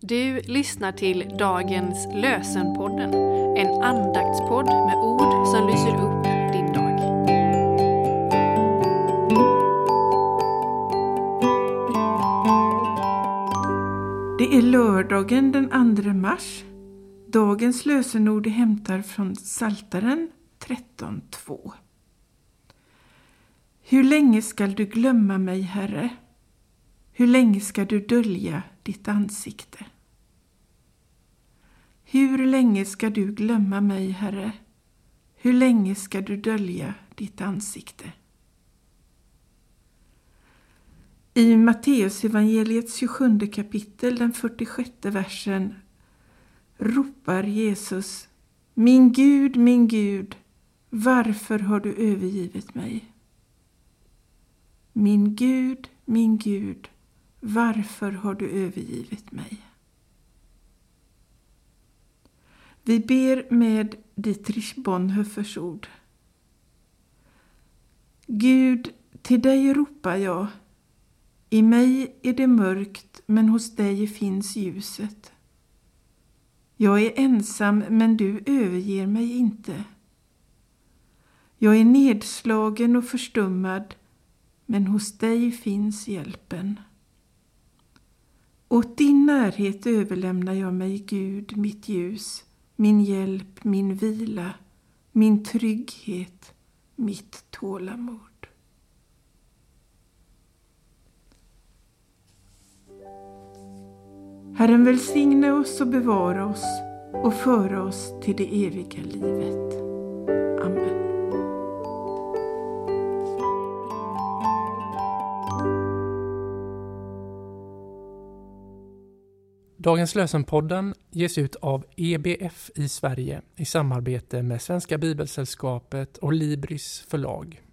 Du lyssnar till dagens Lösenpodden, en andaktspodd med ord som lyser upp din dag. Det är lördagen den 2 mars. Dagens lösenord är hämtar från Psaltaren 13:2. Hur länge skall du glömma mig, Herre? Hur länge ska du dölja ditt ansikte? Hur länge ska du glömma mig, Herre? Hur länge ska du dölja ditt ansikte? I Matteus evangeliets 27 kapitel, den 46 versen, ropar Jesus: min Gud, varför har du övergivit mig? Min Gud, varför har du övergivit mig? Vi ber med Dietrich Bonhoeffers ord. Gud, till dig ropar jag. I mig är det mörkt, men hos dig finns ljuset. Jag är ensam, men du överger mig inte. Jag är nedslagen och förstummad, men hos dig finns hjälpen. Åt din närhet överlämnar jag mig, Gud, mitt ljus, min hjälp, min vila, min trygghet, mitt tålamod. Herren välsigne oss och bevara oss och föra oss till det eviga livet. Amen. Dagens Lösenpodden ges ut av EBF i Sverige i samarbete med Svenska Bibelsällskapet och Libris förlag.